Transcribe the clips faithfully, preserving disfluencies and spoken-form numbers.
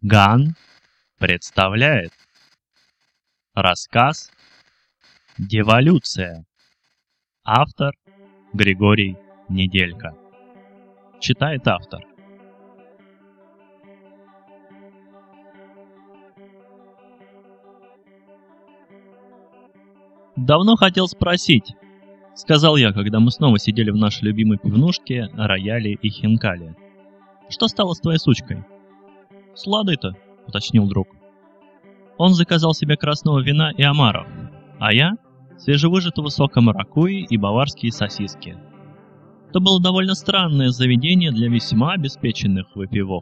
Ган представляет рассказ «Деволюция». Автор Григорий Неделько. Читает автор. «Давно хотел спросить», — сказал я, когда мы снова сидели в нашей любимой пивнушке, рояле и хинкале. «Что стало с твоей сучкой?» «С Ладой-то», — уточнил друг. Он заказал себе красного вина и омаров, а я — свежевыжатого сока маракуйи и баварские сосиски. Это было довольно странное заведение для весьма обеспеченных выпивох.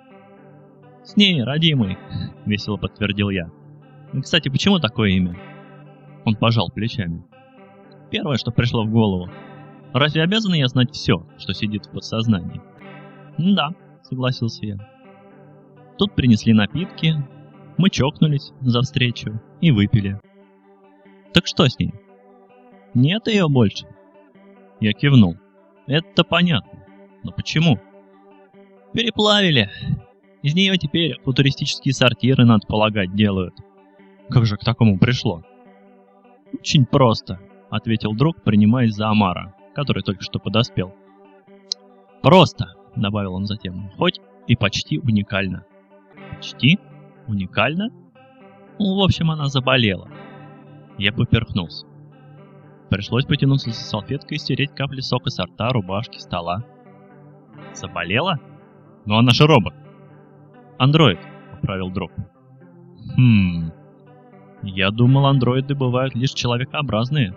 «С ней, родимый», — весело подтвердил я. «Кстати, почему такое имя?» Он пожал плечами. «Первое, что пришло в голову. Разве обязан я знать все, что сидит в подсознании?» «Да», — согласился я. Тут принесли напитки, мы чокнулись за встречу и выпили. «Так что с ней?» «Нет ее больше». Я кивнул. «Это понятно. Но почему?» «Переплавили. Из нее теперь футуристические сортиры, надо полагать, делают». «Как же к такому пришло?» «Очень просто», — ответил друг, принимаясь за омара, который только что подоспел. «Просто», — добавил он затем, — «хоть и почти уникально». «Почти? Уникально?» Ну, в общем, она заболела. Я поперхнулся. Пришлось потянуться за салфеткой и стереть капли сока со рта, рубашки, стола. «Заболела? Но она же робот». «Андроид», — поправил друг. «Хм... Я думал, андроиды бывают лишь человекообразные».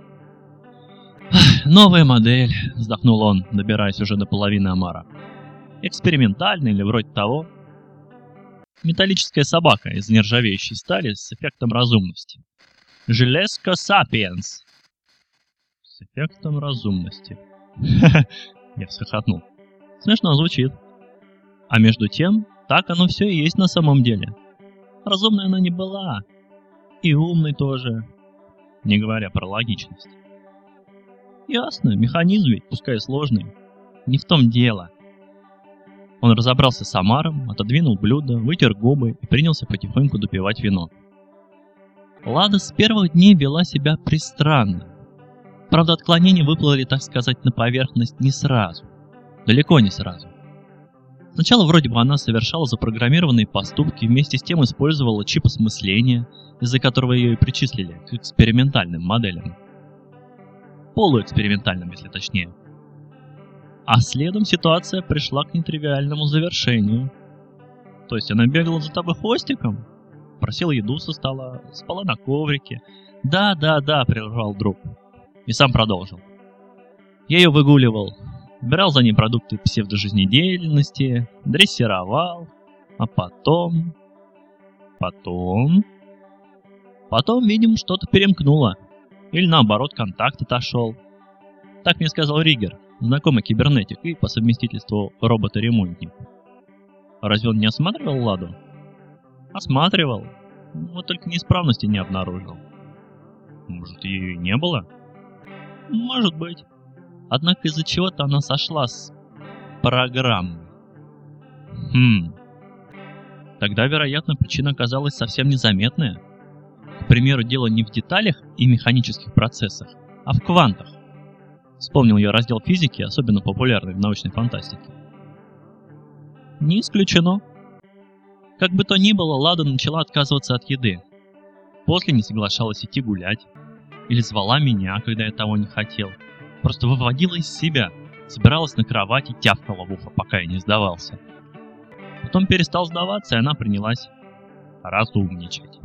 «Новая модель», — вздохнул он, добираясь уже до половины омара. «Экспериментальная или вроде того. Металлическая собака из нержавеющей стали с эффектом разумности. Железка Сапиенс». «С эффектом разумности». Я всхохотнул. Смешно звучит. А между тем, так оно все и есть на самом деле. Разумной она не была. И умной тоже. Не говоря про логичность. Ясно, механизм ведь, пускай и сложный. Не в том дело. Он разобрался с омаром, отодвинул блюдо, вытер губы и принялся потихоньку допивать вино. Лада с первых дней вела себя пристранно. Правда, отклонения выплыли, так сказать, на поверхность не сразу. Далеко не сразу. Сначала вроде бы она совершала запрограммированные поступки, вместе с тем использовала чип осмысления, из-за которого ее и причислили к экспериментальным моделям. Полуэкспериментальным, если точнее. А следом ситуация пришла к нетривиальному завершению. То есть она бегала за тобой хвостиком, просила еду со стола, спала на коврике. «Да-да-да», — прервал друг. И сам продолжил. Я ее выгуливал, брал за ней продукты псевдожизнедеятельности, дрессировал, а потом... Потом... Потом, видим, что-то перемкнуло. Или наоборот, контакт отошел. Так мне сказал Ригер, знакомый кибернетик и по совместительству робот-ремонтник. Разве он не осматривал Ладу? Осматривал. Вот только неисправности не обнаружил. Может, ее и не было? Может быть. Однако из-за чего-то она сошла с программы. Хм. Тогда, вероятно, причина оказалась совсем незаметная. К примеру, дело не в деталях и механических процессах, а в квантах. Вспомнил я раздел физики, особенно популярный в научной фантастике. Не исключено. Как бы то ни было, Лада начала отказываться от еды. После не соглашалась идти гулять. Или звала меня, когда я того не хотел. Просто выводила из себя, собиралась на кровать и тявкала в ухо, пока я не сдавался. Потом перестал сдаваться, и она принялась разумничать.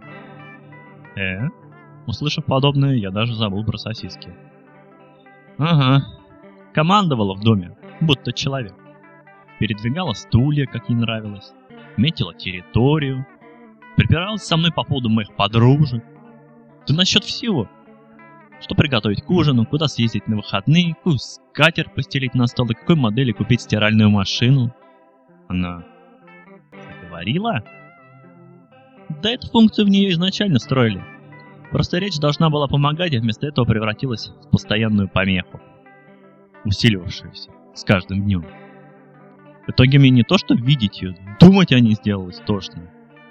Э? Услышав подобное, я даже забыл про сосиски. Ага. Командовала в доме, будто человек. Передвигала стулья, как ей нравилось. Метила территорию. Припиралась со мной по поводу моих подружек. Да насчет всего. Что приготовить к ужину, куда съездить на выходные, какую скатерть постелить на стол и какой модели купить стиральную машину. Она заговорила? Да эту функцию в нее изначально строили. Просто речь должна была помогать, а вместо этого превратилась в постоянную помеху, усиливавшуюся с каждым днем. В итоге мне не то что видеть ее, думать о ней сделалось тошно.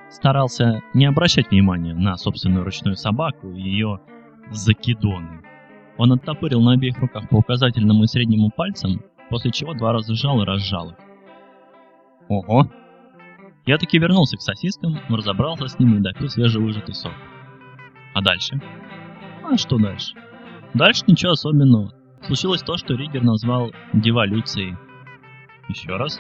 старался не обращать внимания на собственную ручную собаку и ее закидоны. Он оттопырил на обеих руках по указательному и среднему пальцам, после чего два раза сжал и разжал их. Ого! Я таки вернулся к сосискам, разобрался с ними и допил свежевыжатый сок. А дальше? А что дальше? Дальше ничего особенного. Случилось то, что Ригер назвал деволюцией. Еще раз.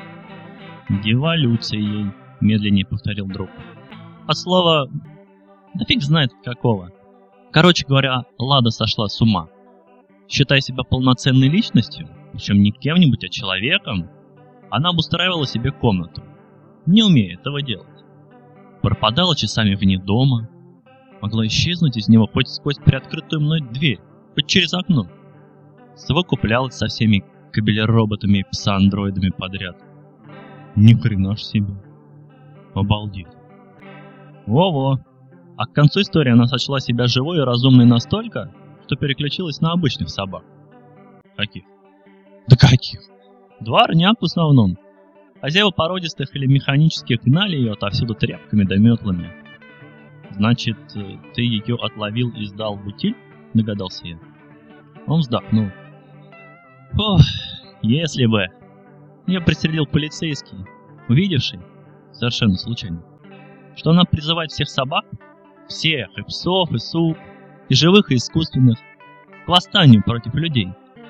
Деволюцией, медленнее повторил друг. От слова... да фиг знает какого. Короче говоря, Лада сошла с ума. Считая себя полноценной личностью, причем не кем-нибудь, а человеком, она обустраивала себе комнату, не умея этого делать. Пропадала часами вне дома, могла исчезнуть из него хоть сквозь приоткрытую мной дверь, хоть через окно. Совокуплялась со всеми кабелероботами и псоандроидами подряд. Ни хрена ж себе. Обалдеть. Во-во. А к концу истории она сочла себя живой и разумной настолько, что переключилась на обычных собак. Каких? Да каких? Дворняк в основном. Хозяева породистых или механических гнали ее отовсюду тряпками да метлами. Значит, ты ее отловил и сдал в утиль? Догадался я. Он вздохнул. Ох, если бы. Ее пристрелил полицейский, увидевший, совершенно случайно, что она призывает всех собак, всех, и псов, и сук, и живых, и искусственных, к восстанию против людей.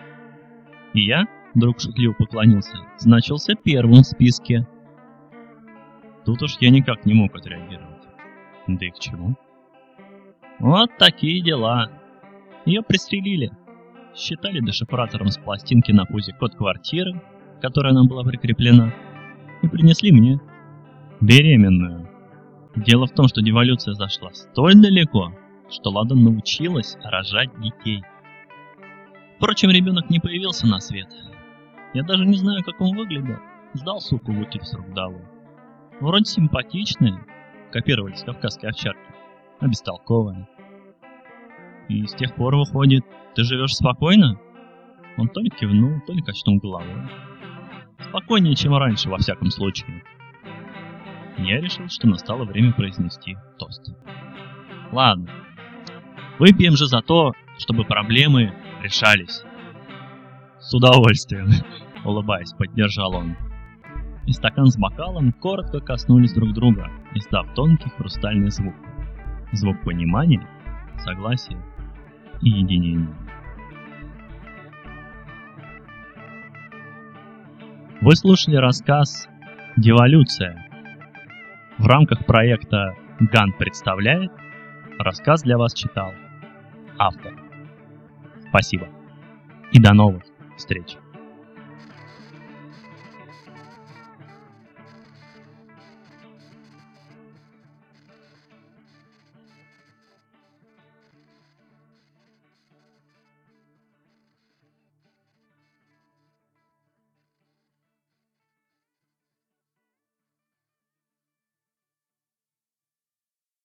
И я, друг шутливо поклонился, значился первым в списке. Тут уж я никак не мог отреагировать. Да и к чему? Вот такие дела. Ее пристрелили. Считали дешифратором с пластинки на пузе код квартиры, к которой она была прикреплена, и принесли мне беременную. Дело в том, что деволюция зашла столь далеко, что Лада научилась рожать детей. Впрочем, ребенок не появился на свет. Я даже не знаю, как он выглядел. Сдал суку в утиль с рук долой. Вроде симпатичная, копировали с кавказской овчарки, а бестолковая. И с тех пор, выходит, ты живешь спокойно? Он то ли кивнул, то ли качнул головой. Спокойнее, чем раньше, во всяком случае. Я решил, что настало время произнести тост. Ладно, выпьем же за то, чтобы проблемы решались. С удовольствием, улыбаясь, поддержал он. И стакан с бокалом коротко коснулись друг друга, издав тонкий хрустальный звук. Звук понимания, согласия и единения. Вы слушали рассказ «Деволюция». В рамках проекта «Ган представляет». Рассказ для вас читал автор. Спасибо. И до новых встреч.